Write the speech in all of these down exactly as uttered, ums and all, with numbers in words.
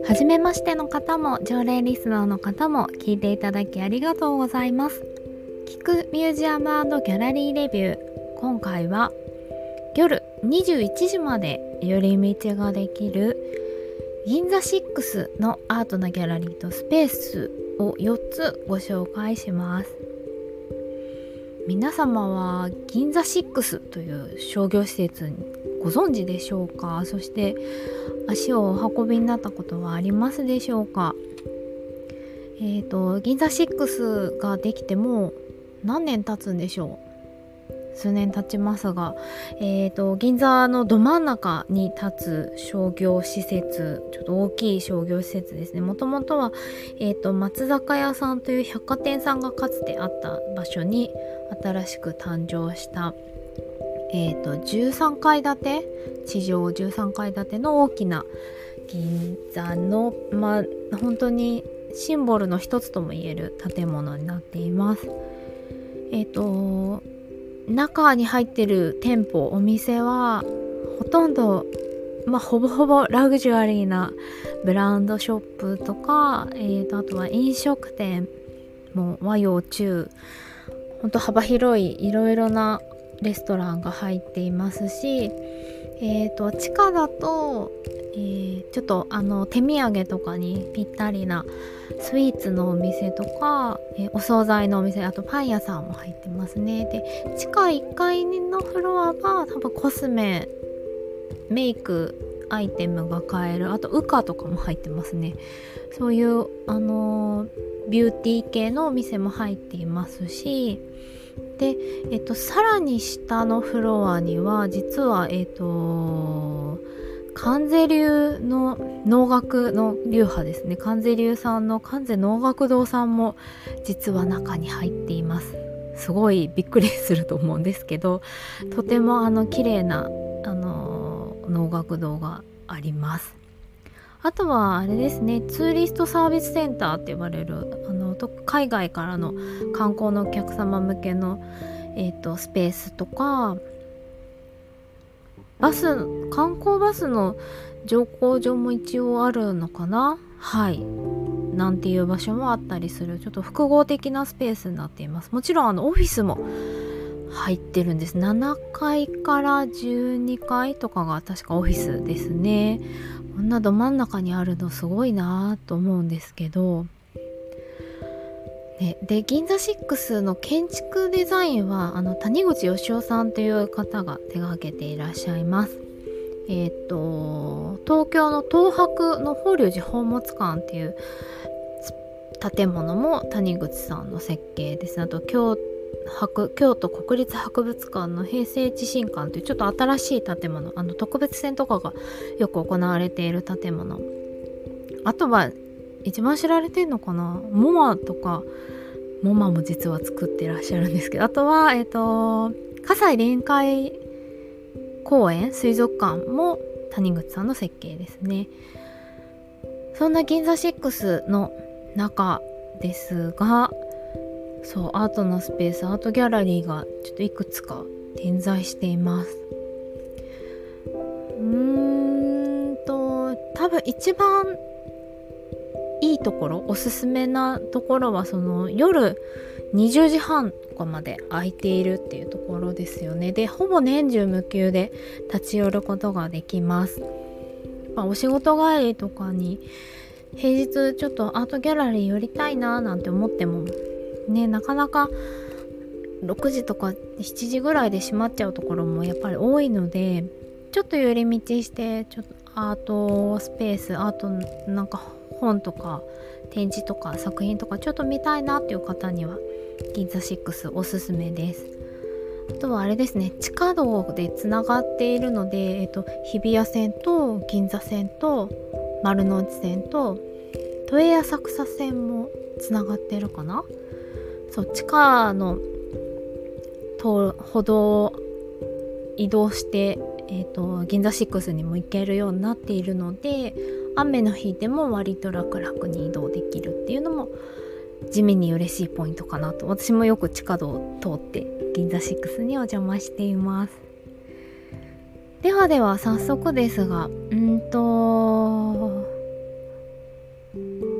はじめましての方も常連リスナーの方も聞いていただきありがとうございます。聞くミュージアム&ギャラリーレビュー、今回は夜にじゅういちじまで寄り道ができる銀座シックスのアートなギャラリーとスペースをよっつご紹介します。皆様は銀座シックスという商業施設にご存知でしょうか？そして足をお運びになったことはありますでしょうか？えーと銀座シックスができてもう何年経つんでしょう？数年経ちますが、えーと銀座のど真ん中に立つ商業施設、ちょっと大きい商業施設ですね。もともとは、えーと松坂屋さんという百貨店さんがかつてあった場所に新しく誕生した、えーとじゅうさんかい建て、地上じゅうさんかい建ての大きな銀座の、まあ、本当にシンボルの一つともいえる建物になっています。えーと中に入ってる店舗、お店はほとんど、まあ、ほぼほぼラグジュアリーなブランドショップとか、えーとあとは飲食店も和洋中ほんと幅広いいろいろなレストランが入っていますし、えーと地下だと、えー、ちょっとあの手土産とかにぴったりなスイーツのお店とか、えー、お惣菜のお店、あとパン屋さんも入ってますね。で地下いっかいのフロアが多分コスメ、メイクアイテムが買える、あとウカとかも入ってますね。そういうあのー、ビューティー系のお店も入っていますし、で、えっと、さらに下のフロアには実はえっと関税流の能楽の流派ですね。関税流さんの関税能楽堂さんも実は中に入っています。すごいびっくりすると思うんですけど、とてもあの綺麗なあの能楽堂があります。あとはあれですね、ツーリストサービスセンターって呼ばれるあの海外からの観光のお客様向けの、えーと、スペースとか、バス、観光バスの乗降所も一応あるのかな、はいなんていう場所もあったりする、ちょっと複合的なスペースになっています。もちろんあのオフィスも入ってるんです。ななかいからじゅうにかいとかが確かオフィスですね。こんなど真ん中にあるのすごいなと思うんですけど、ね、で銀座シックスの建築デザインはあの谷口義雄さんという方が手掛けていらっしゃいます。えっと東京の東博の法隆寺宝物館っていう建物も谷口さんの設計です。あと京博京都国立博物館の平成地震館というちょっと新しい建物、あの特別展とかがよく行われている建物、あとは一番知られてるのかな、モマとか、モマも実は作ってらっしゃるんですけど、あとはえっと葛西臨海公園水族館も谷口さんの設計ですね。そんな銀座シックスの中ですが、そうアートのスペース、アートギャラリーがちょっといくつか点在しています。うーんと多分一番いいところ、おすすめなところはその夜にじゅうじはんとかまで空いているっていうところですよね。でほぼ年中無休で立ち寄ることができます。まあ、お仕事帰りとかに平日ちょっとアートギャラリー寄りたいななんて思ってもね、なかなかろくじとかしちじぐらいで閉まっちゃうところもやっぱり多いので、ちょっと寄り道してちょっとアートスペース、アートなんか本とか展示とか作品とかちょっと見たいなっていう方には銀座シックスおすすめです。あとはあれですね、地下道でつながっているので、えっと、日比谷線と銀座線と丸の内線と都営浅草線もつながってるかな。そう地下の歩道を移動して、えーと、銀座シックスにも行けるようになっているので、雨の日でも割と楽々に移動できるっていうのも地味に嬉しいポイントかなと。私もよく地下道を通って銀座シックスにお邪魔しています。ではでは早速ですが、うんと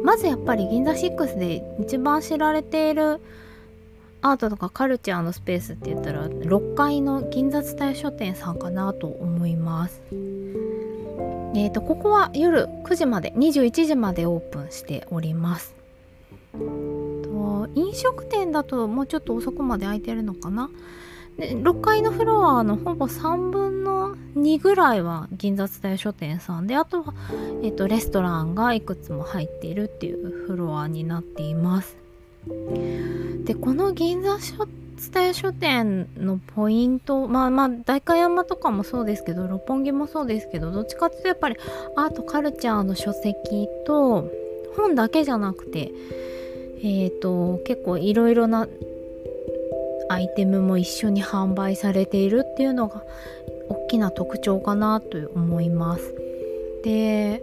まずやっぱり銀座ろくで一番知られているアートとかカルチャーのスペースって言ったらろっかいの銀座蔦屋書店さんかなと思います。えーとここは夜くじまでにじゅういちじまでオープンしております。と飲食店だともうちょっと遅くまで開いてるのかな。でろっかいのフロアのほぼさんぶんのにぐらいは銀座蔦屋書店さんで、あとは、えーとレストランがいくつも入っているっていうフロアになっています。でこの銀座蔦屋書店のポイント、まあまあ代官山とかもそうですけど六本木もそうですけど、どっちかっていうとやっぱりアートカルチャーの書籍と本だけじゃなくて、えーと結構いろいろなアイテムも一緒に販売されているっていうのが大きな特徴かなと思います。で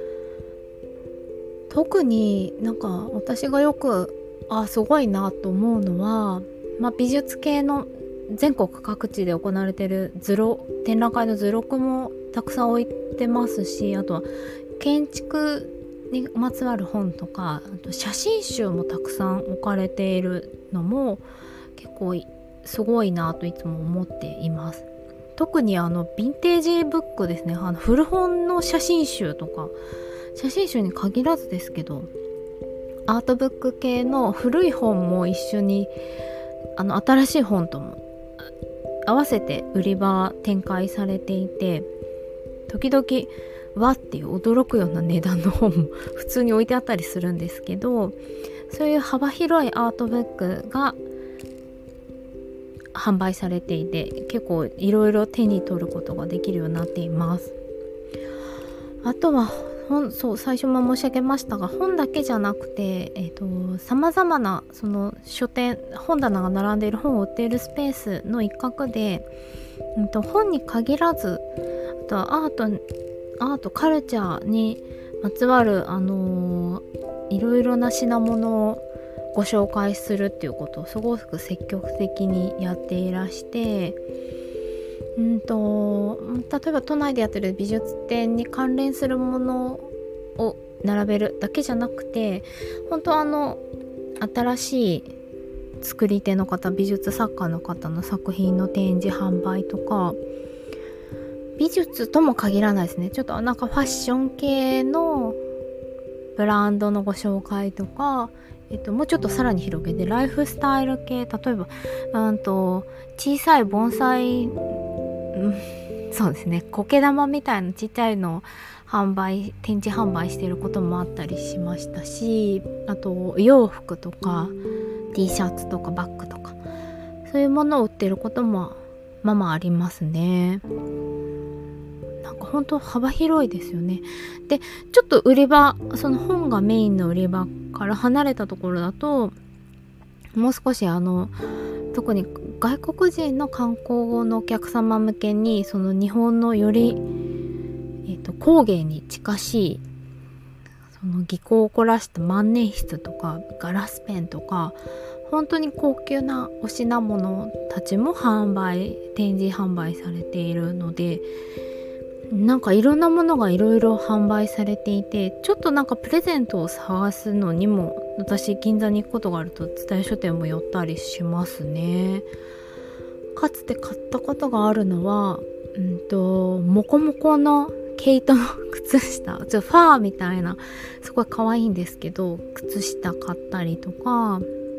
特になんか私がよくあすごいなと思うのは、まあ、美術系の全国各地で行われている図録展覧会の図録もたくさん置いてますし、あとは建築にまつわる本とか、あと写真集もたくさん置かれているのも結構すごいなといつも思っています。特にあのヴィンテージブックですね、あの古本の写真集とか、写真集に限らずですけどアートブック系の古い本も一緒にあの新しい本とも合わせて売り場展開されていて、時々わっていう驚くような値段の本も普通に置いてあったりするんですけど、そういう幅広いアートブックが販売されていて、結構いろいろ手に取ることができるようになっています。あとは本、そう最初も申し上げましたが、本だけじゃなくて、えーと、様々なその書店、本棚が並んでいる本を売っているスペースの一角で、うんと、本に限らず、あとはアート、アートカルチャーにまつわる、あのー、いろいろな品物をご紹介するっていうことをすごく積極的にやっていらして、うんと例えば都内でやってる美術展に関連するものを並べるだけじゃなくて、本当あの新しい作り手の方、美術作家の方の作品の展示販売とか、美術とも限らないですね、ちょっとなんかファッション系のブランドのご紹介とか、えっと、もうちょっとさらに広げてライフスタイル系、例えばうんと小さい盆栽、うん、そうですね、苔玉みたいなちっちゃいのを販売展示販売していることもあったりしましたし、あと洋服とか T シャツとかバッグとか、そういうものを売ってることもまあまあありますね。なんか本当幅広いですよね。でちょっと売り場、その本がメインの売り場から離れたところだと、もう少しあの特に外国人の観光のお客様向けに、その日本のより、えーと、工芸に近しいその技巧を凝らした万年筆とかガラスペンとか、本当に高級なお品物たちも販売展示販売されているので、なんかいろんなものがいろいろ販売されていて、ちょっとなんかプレゼントを探すのにも、私銀座に行くことがあると蔦屋書店も寄ったりしますね。かつて買ったことがあるのは、うんとモコモコの毛糸の靴下、ちょっとファーみたいな、すごい可愛いんですけど靴下買ったりとか、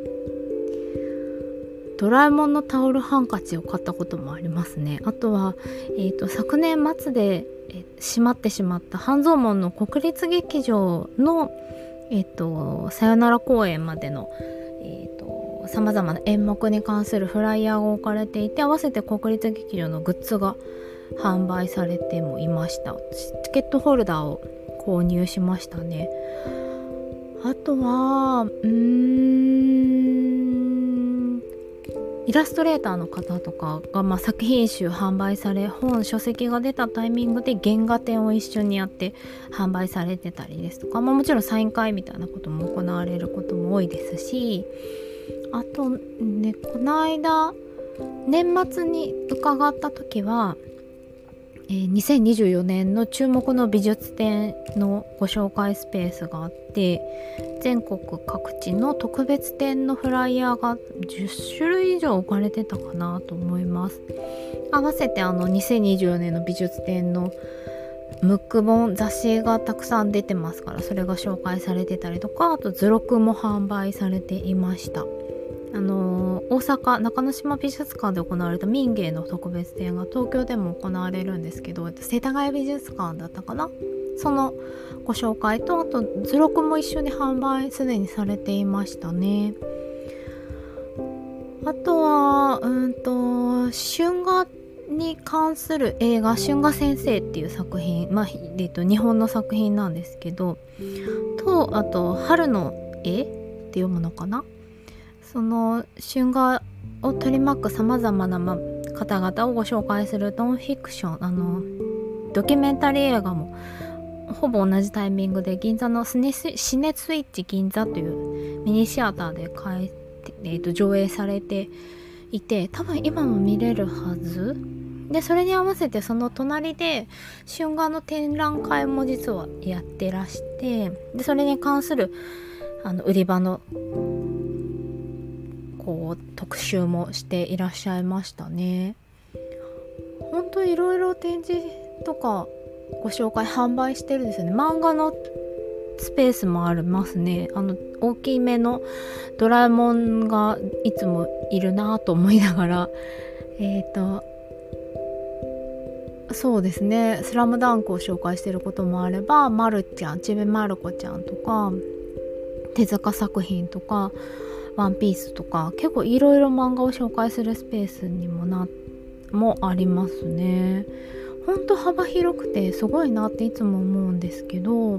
ドラえもんのタオルハンカチを買ったこともありますね。あとは、えーと、昨年末で、えー、閉まってしまった半蔵門の国立劇場の、えーと、さよなら公演までの、えーと、様々な演目に関するフライヤーが置かれていて、合わせて国立劇場のグッズが販売されてもいました。チケットホルダーを購入しましたね。あとはうーんイラストレーターの方とかが、まあ、作品集販売され、本書籍が出たタイミングで原画展を一緒にやって販売されてたりですとか、まあ、もちろんサイン会みたいなことも行われることも多いですし、あとね、この間年末に伺った時はえー、にせんにじゅうよねんの注目の美術展のご紹介スペースがあって、全国各地の特別展のフライヤーがじゅっしゅるい以上置かれてたかなと思います。合わせてあのにせんにじゅうよねんの美術展のムック本雑誌がたくさん出てますから、それが紹介されてたりとか、あと図録も販売されていました。あのー、大阪中之島美術館で行われた民芸の特別展が東京でも行われるんですけど、世田谷美術館だったかな、そのご紹介と、あと図録も一緒に販売すでにされていましたね。あとはうんと春画に関する映画、春画先生っていう作品、まあ、えっと、日本の作品なんですけど、とあと春の絵って読むのかな、その春画を取り巻くさまざまな、ま、方々をご紹介するノンフィクション、あのドキュメンタリー映画もほぼ同じタイミングで銀座のシネス、シネスイッチ銀座というミニシアターでかい、えーと、上映されていて、多分今も見れるはずで、それに合わせてその隣で春画の展覧会も実はやってらして、でそれに関するあの売り場のこう特集もしていらっしゃいましたね。ほんといろいろ展示とかご紹介販売してるんですよね。漫画のスペースもありますね。あの大きめのドラえもんがいつもいるなと思いながら、えっとそうですね、スラムダンクを紹介してることもあれば、まるちゃん、ちびまる子ちゃんとか手塚作品とかワンピースとか、結構いろいろ漫画を紹介するスペースにもなもありますね。ほんと幅広くてすごいなっていつも思うんですけど、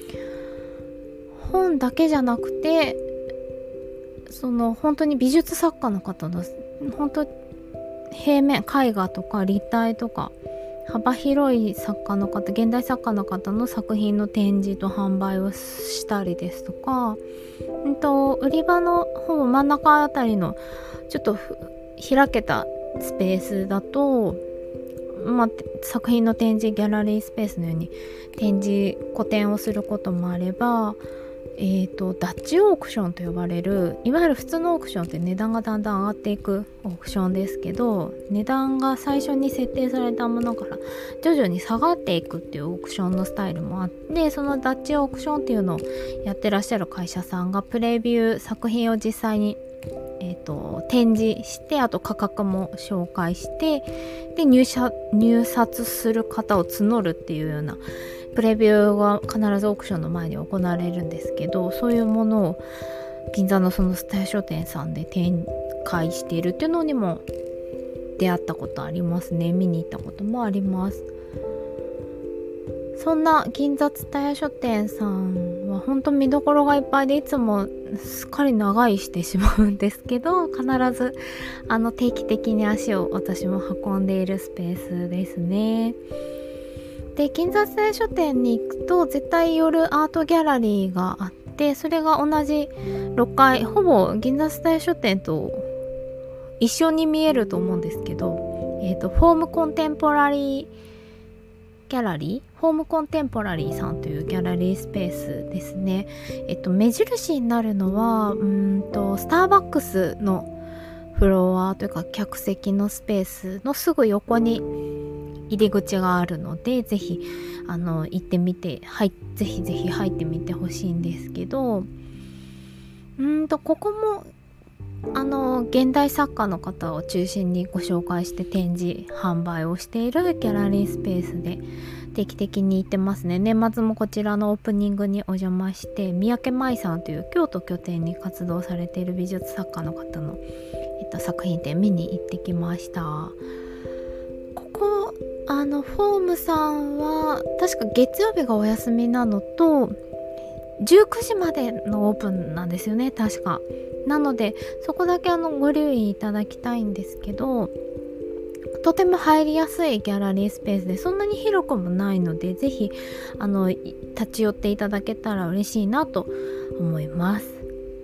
本だけじゃなくて、その本当に美術作家の方の本当平面絵画とか立体とか幅広い作家の方、現代作家の方の作品の展示と販売をしたりですとか、うんと売り場のほぼ真ん中あたりのちょっと開けたスペースだと、まあ、作品の展示ギャラリースペースのように展示個展をすることもあれば、えーと、ダッチオークションと呼ばれる、いわゆる普通のオークションって値段がだんだん上がっていくオークションですけど、値段が最初に設定されたものから徐々に下がっていくっていうオークションのスタイルもあって、そのダッチオークションっていうのをやってらっしゃる会社さんがプレビュー作品を実際に、えーと、展示して、あと価格も紹介して、で 入, 社入札する方を募るっていうようなプレビューが必ずオークションの前に行われるんですけど、そういうものを銀座のその蔦屋書店さんで展開しているっていうのにも出会ったことありますね。見に行ったこともあります。そんな銀座蔦屋書店さんは本当見どころがいっぱいで、いつもすっかり長居してしまうんですけど、必ずあの定期的に足を私も運んでいるスペースですね。で、銀座蔦屋書店に行くと絶対夜アートギャラリーがあって、それが同じろっかい、ほぼ銀座蔦屋書店と一緒に見えると思うんですけど、えっとフォームコンテンポラリーギャラリーフォームコンテンポラリーさんというギャラリースペースですね。えっと目印になるのはうーんとスターバックスのフロアというか客席のスペースのすぐ横に入り口があるので、ぜひあの行ってみて、はい、ぜひぜひ入ってみてほしいんですけど、うーんとここもあの現代作家の方を中心にご紹介して展示販売をしているギャラリースペースで定期的に行ってますね。年末もこちらのオープニングにお邪魔して、三宅舞さんという京都拠点に活動されている美術作家の方の、えっと、作品展見に行ってきました。ここあのフォームさんは確か月曜日がお休みなのとじゅうくじまでのオープンなんですよね、確か。なのでそこだけあのご留意いただきたいんですけど、とても入りやすいギャラリースペースで、そんなに広くもないので、ぜひあの立ち寄っていただけたら嬉しいなと思います。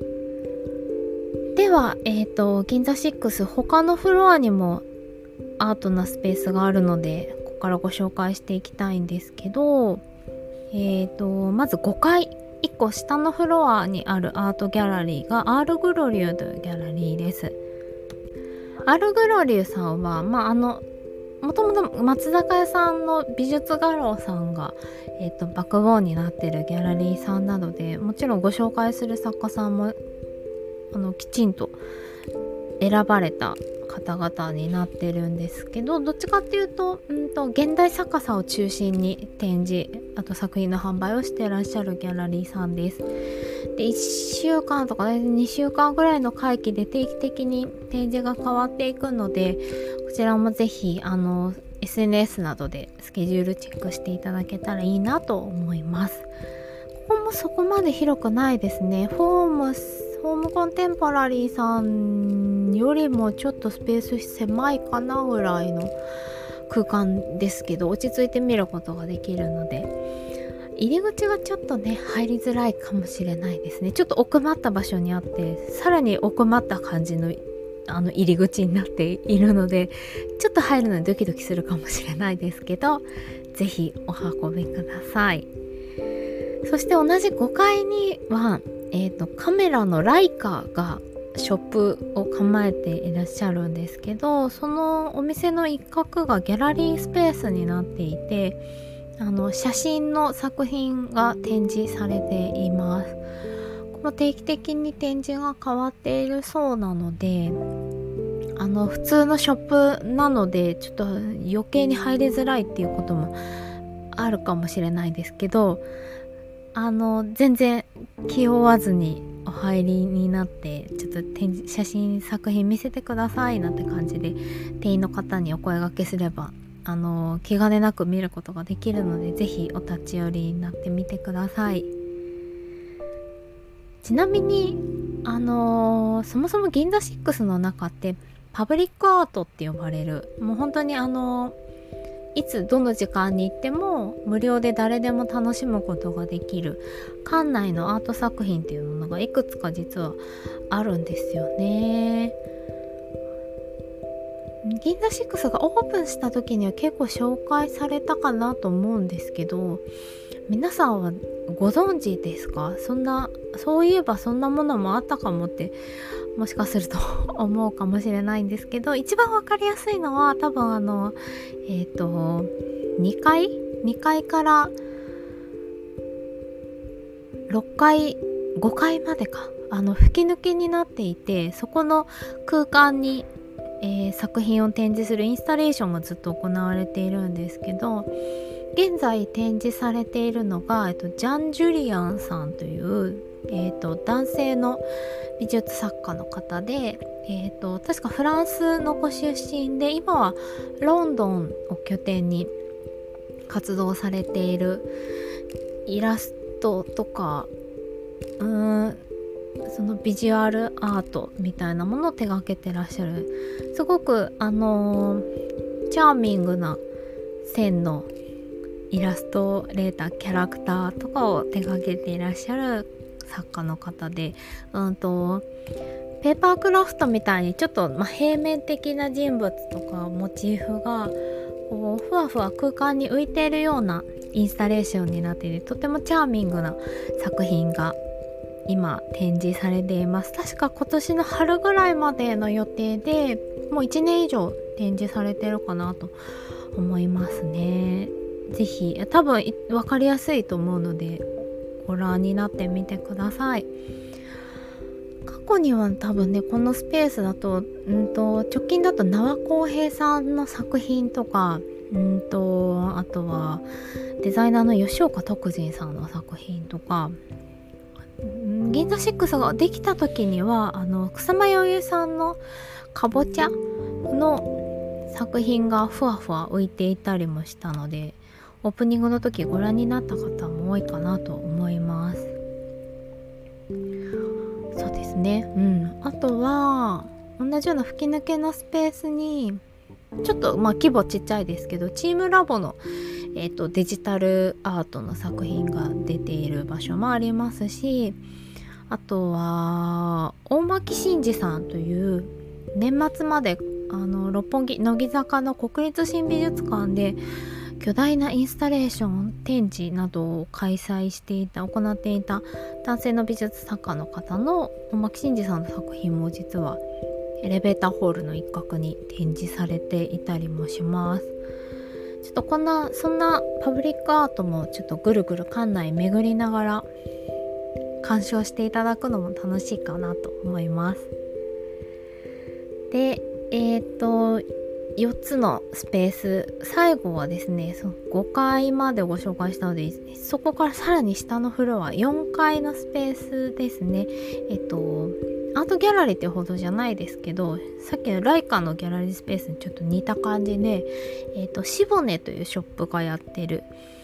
では、えーと、銀座ろく他のフロアにもアートなスペースがあるので、 こからご紹介していきたいんですけど、えーとまずごかいいっこ下のフロアにあるアートギャラリーがアールグロリューというギャラリーです。アールグロリューさんは、まあ、あのもともと松坂屋さんの美術画廊さんが、えーと、バックボーンになってるギャラリーさんなので、もちろんご紹介する作家さんもあのきちんと選ばれた方々になってるんですけど、どっちかっていうと、うんと現代作家さんを中心に展示、あと作品の販売をしていらっしゃるギャラリーさんです。でいっしゅうかんとか、ね、にしゅうかんぐらいの会期で定期的に展示が変わっていくので、こちらもぜひあの エスエヌエス などでスケジュールチェックしていただけたらいいなと思います。ここもそこまで広くないですね。フォームホームコンテンポラリーさんよりもちょっとスペース狭いかなぐらいの空間ですけど、落ち着いて見ることができるので、入り口がちょっとね入りづらいかもしれないですね。ちょっと奥まった場所にあって、さらに奥まった感じのあの入り口になっているので、ちょっと入るのにドキドキするかもしれないですけど、ぜひお運びください。そして同じごかいには、えーと、カメラのライカがショップを構えていらっしゃるんですけど、そのお店の一角がギャラリースペースになっていて、あの写真の作品が展示されています。この定期的に展示が変わっているそうなので、あの普通のショップなのでちょっと余計に入りづらいっていうこともあるかもしれないですけど、あの全然気負わずにお入りになって、ちょっと展示写真作品見せてくださいなんて感じで店員の方にお声掛けすれば、あの気兼ねなく見ることができるので、ぜひお立ち寄りになってみてください。ちなみにあのー、そもそも銀座シックスの中ってパブリックアートって呼ばれる、もう本当にあのいつどの時間に行っても無料で誰でも楽しむことができる館内のアート作品っていうものがいくつか実はあるんですよね。銀座シックスがオープンした時には結構紹介されたかなと思うんですけど、皆さんはご存知ですか？そんなそういえばそんなものもあったかもってもしかすると思うかもしれないんですけど、一番わかりやすいのは多分あのえっとにかいにかいからろっかいごかいまでか、あの吹き抜けになっていて、そこの空間にえー、作品を展示するインスタレーションがずっと行われているんですけど、現在展示されているのが、えっと、ジャン・ジュリアンさんという、えー、と男性の美術作家の方で、えー、と確かフランスのご出身で、今はロンドンを拠点に活動されている、イラストとかうーんそのビジュアルアートみたいなものを手掛けてらっしゃる、すごくあのー、チャーミングな線のイラストレーター、キャラクターとかを手掛けていらっしゃる作家の方で、うんとペーパークラフトみたいにちょっと、まあ、平面的な人物とかモチーフがこうふわふわ空間に浮いているようなインスタレーションになっていて、とてもチャーミングな作品が今展示されています。確か今年の春ぐらいまでの予定で、もういちねん以上展示されてるかなと思いますね。ぜひ多分分かりやすいと思うのでご覧になってみてください。過去には多分ね、このスペースだと、うんと直近だと縄公平さんの作品とか、うんとあとはデザイナーの吉岡徳仁さんの作品とか、銀座シックスができた時にはあの草間彌生さんのかぼちゃの作品がふわふわ浮いていたりもしたので、オープニングの時ご覧になった方も多いかなと思います。そうですね、うん、あとは同じような吹き抜けのスペースにちょっとまあ規模ちっちゃいですけど、チームラボのえーと、デジタルアートの作品が出ている場所もありますし、あとは大巻真嗣さんという年末まであの六本木乃木坂の国立新美術館で巨大なインスタレーション展示などを開催していた行っていた男性の美術作家の方の牧伸二さんの作品も実はエレベーターホールの一角に展示されていたりもします。ちょっとこんなそんなパブリックアートもちょっとぐるぐる館内巡りながら鑑賞していただくのも楽しいかなと思います。で、えっとよっつのスペース、最後はですね、そのごかいまでご紹介したので、そこからさらに下のフロアよんかいのスペースですね。えっとアートギャラリーってほどじゃないですけど、さっきのライカのギャラリースペースにちょっと似た感じで、えっとシボネというショップがやってる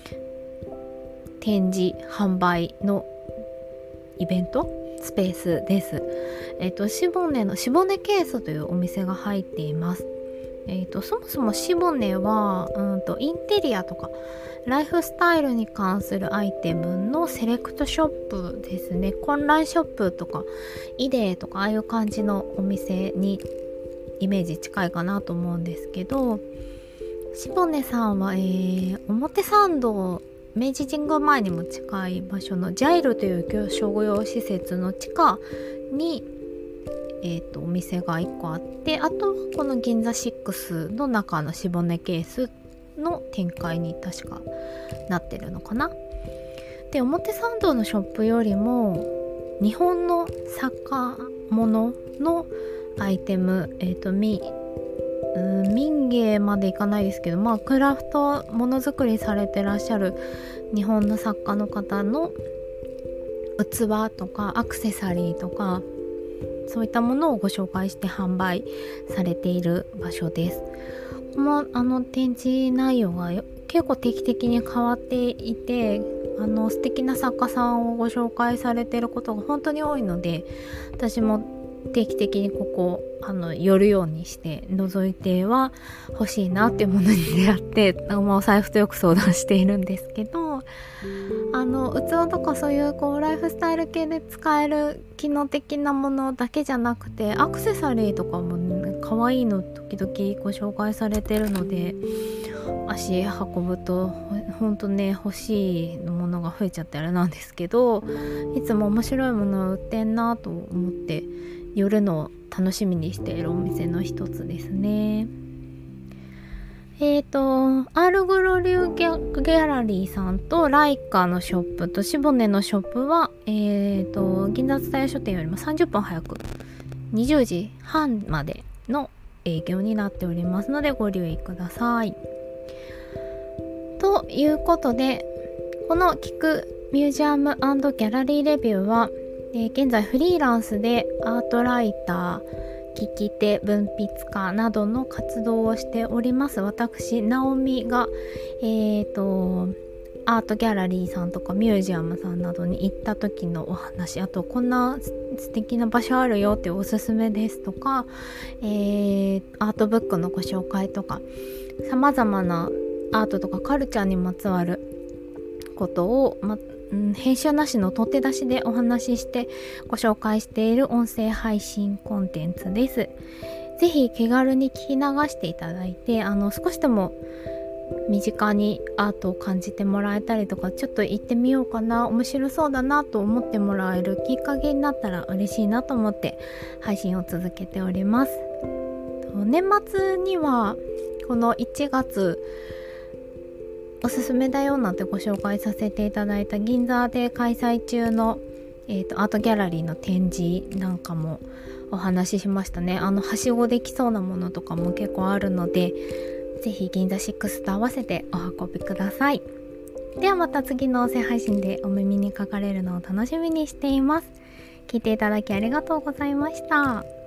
展示販売のイベントスペースです。えっとシボネのシボネケースというお店が入っています。えっとそもそもシボネはうんとインテリアとかライフスタイルに関するアイテムのセレクトショップですね。混乱ショップとかイデーとかああいう感じのお店にイメージ近いかなと思うんですけど、シボネさんは、えー、表参道明治神宮前にも近い場所のジャイルという商業施設の地下に、えー、とお店がいっこあって、あとこの銀座ろくの中のシボネケースの展開に確かなってるのかな。で、表参道のショップよりも日本の作家物のアイテム、えっ、ー、とみ民芸までいかないですけど、まあクラフトものづくりされてらっしゃる日本の作家の方の器とかアクセサリーとかそういったものをご紹介して販売されている場所です。このあの展示内容が結構定期的に変わっていて、あの素敵な作家さんをご紹介されていることが本当に多いので、私も定期的にここあの寄るようにして覗いては欲しいなっていうものに出会って、まあ、お財布とよく相談しているんですけど、あの器とかそういうこうライフスタイル系で使える機能的なものだけじゃなくて、アクセサリーとかも、ね、可愛いの時々ご紹介されてるので、足運ぶとほんとね欲しいものが増えちゃってあれなんですけど、いつも面白いものを売ってんなと思って寄るのを楽しみにしているお店の一つですね。えっ、ー、とアールグロリューギャ、ギャラリーさんとライカのショップとシボネのショップは、えー、と銀座蔦屋書店よりもさんじゅっぷん早くにじゅうじはんまでの営業になっておりますのでご留意ください。ということで、この聞くミュージアム&ギャラリーレビューは、えー、現在フリーランスでアートライター、聞き手、文筆家などの活動をしております私、ナオミが、えーと、アートギャラリーさんとかミュージアムさんなどに行った時のお話、あとこんな素敵な場所あるよっておすすめですとか、えー、アートブックのご紹介とか、様々なアートとかカルチャーにまつわることを、ま編集なしの取って出しでお話ししてご紹介している音声配信コンテンツです。ぜひ気軽に聞き流していただいて、あの少しでも身近にアートを感じてもらえたりとか、ちょっと行ってみようかな、面白そうだなと思ってもらえるきっかけになったら嬉しいなと思って配信を続けております。年末にはこのいちがつおすすめだよなんてご紹介させていただいた銀座で開催中の、えーと、アートギャラリーの展示なんかもお話ししましたね。あのはしごできそうなものとかも結構あるので、ぜひ銀座ろくと合わせてお運びください。ではまた次の音声配信でお耳にかかれるのを楽しみにしています。聞いていただきありがとうございました。